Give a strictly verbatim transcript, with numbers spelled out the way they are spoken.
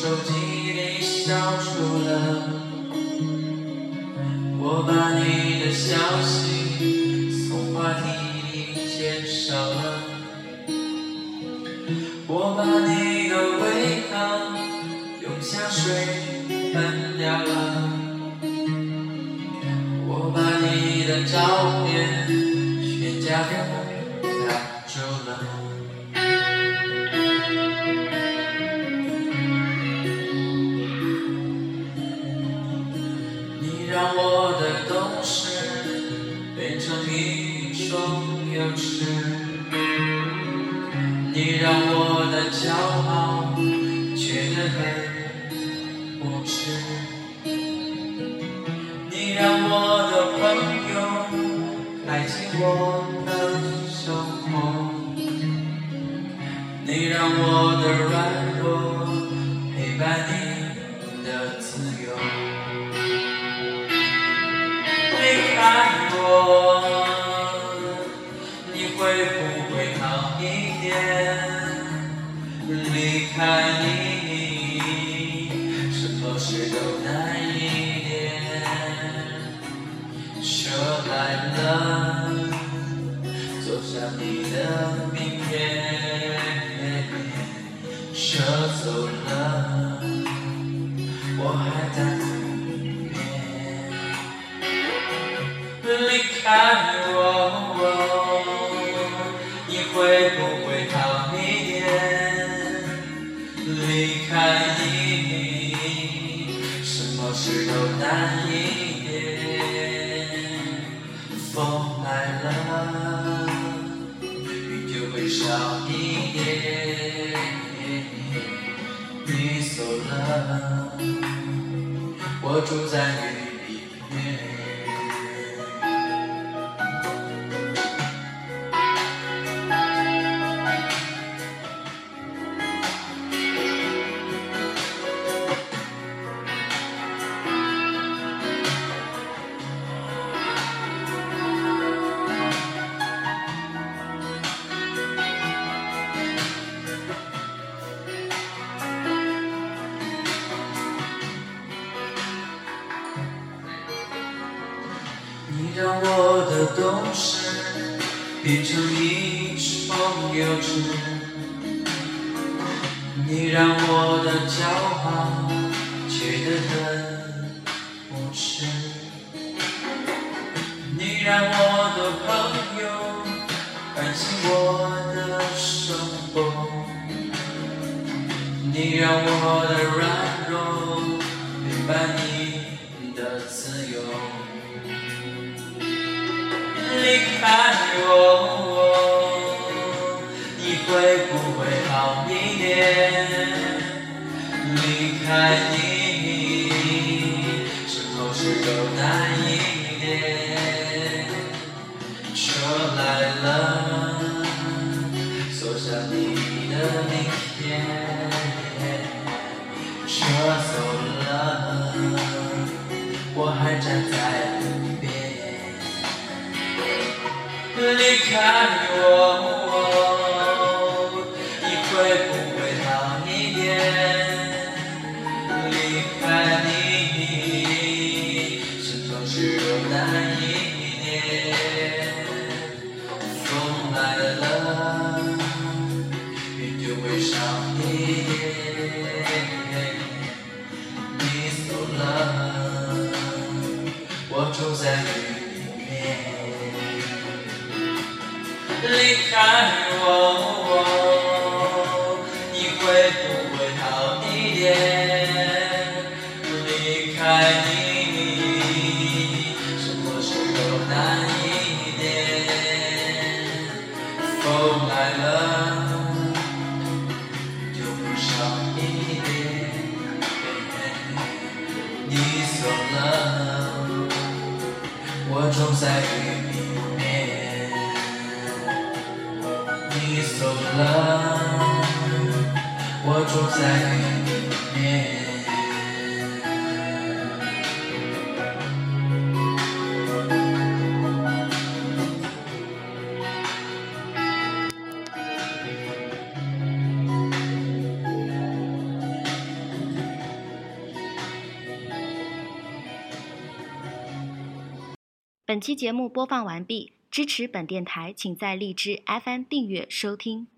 手机里消除了，我把你的消息从话题里减少了，我把你的味道用香水喷掉了，我把你的照片全家福带走了。你让我的懂事变成一种幼稚，你让我的骄傲觉得很无知，你让我的朋友开进我的生活，你让我的软弱陪伴你的自由。离开我，你会不会好一点？离开你，什么事都难一点。车来了，走上你的明天。车走了，我还在不变。离开我，你会不会好一点？离开你，什么事都难一点。风来了，雨就会少一点。你走了，我住在雨里面。你让我的懂事变成一种幼稚，你让我的骄傲觉得很无耻，你让我的朋友关心我的生活，你让我的软弱陪伴你的自由。离开我，你会不会好一点？离开你，什么事都难一点。车来了，锁上你的明天。车走了，我还站在路边。离开我，你会不会好一点？离开你，什么事都难一点。风来了，雨就会少一点。你走了，我住在雨里面。离开我，你会不会好一点？离开你，什么事都难一点。风来了，就会少一点。你走了，我种在雨里面。你走了，我住在雨里面。 本期节目播放完毕，支持本电台，请在荔枝 F M 订阅收听。